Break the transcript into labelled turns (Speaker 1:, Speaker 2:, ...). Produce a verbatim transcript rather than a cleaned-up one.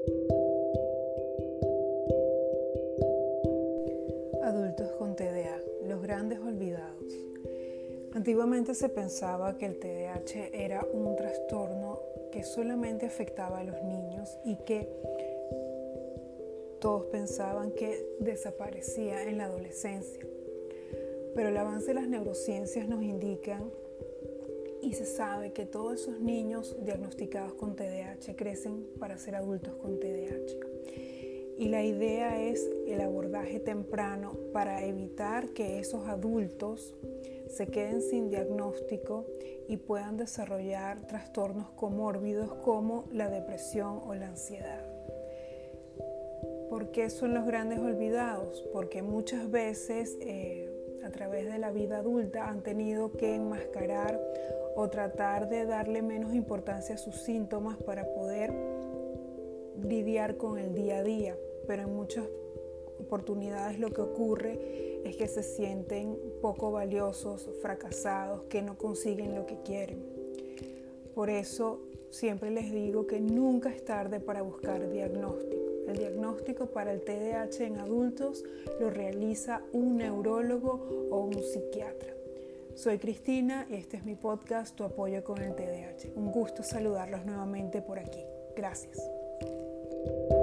Speaker 1: Adultos con T D A, los grandes olvidados. Antiguamente se pensaba que el T D A H era un trastorno que solamente afectaba a los niños y que todos pensaban que desaparecía en la adolescencia. Pero el avance de las neurociencias nos indican y se sabe que todos esos niños diagnosticados con T D A H crecen para ser adultos con T D A H. Y la idea es el abordaje temprano para evitar que esos adultos se queden sin diagnóstico y puedan desarrollar trastornos comórbidos como la depresión o la ansiedad. ¿Por qué son los grandes olvidados? Porque muchas veces eh, a través de la vida adulta han tenido que enmascarar o tratar de darle menos importancia a sus síntomas para poder lidiar con el día a día, pero en muchas oportunidades lo que ocurre es que se sienten poco valiosos, fracasados, que no consiguen lo que quieren. Por eso siempre les digo que nunca es tarde para buscar diagnóstico. El diagnóstico para el T D A H en adultos lo realiza un neurólogo o un psiquiatra. Soy Cristina y este es mi podcast Tu apoyo con el T D A H. Un gusto saludarlos nuevamente por aquí. Gracias.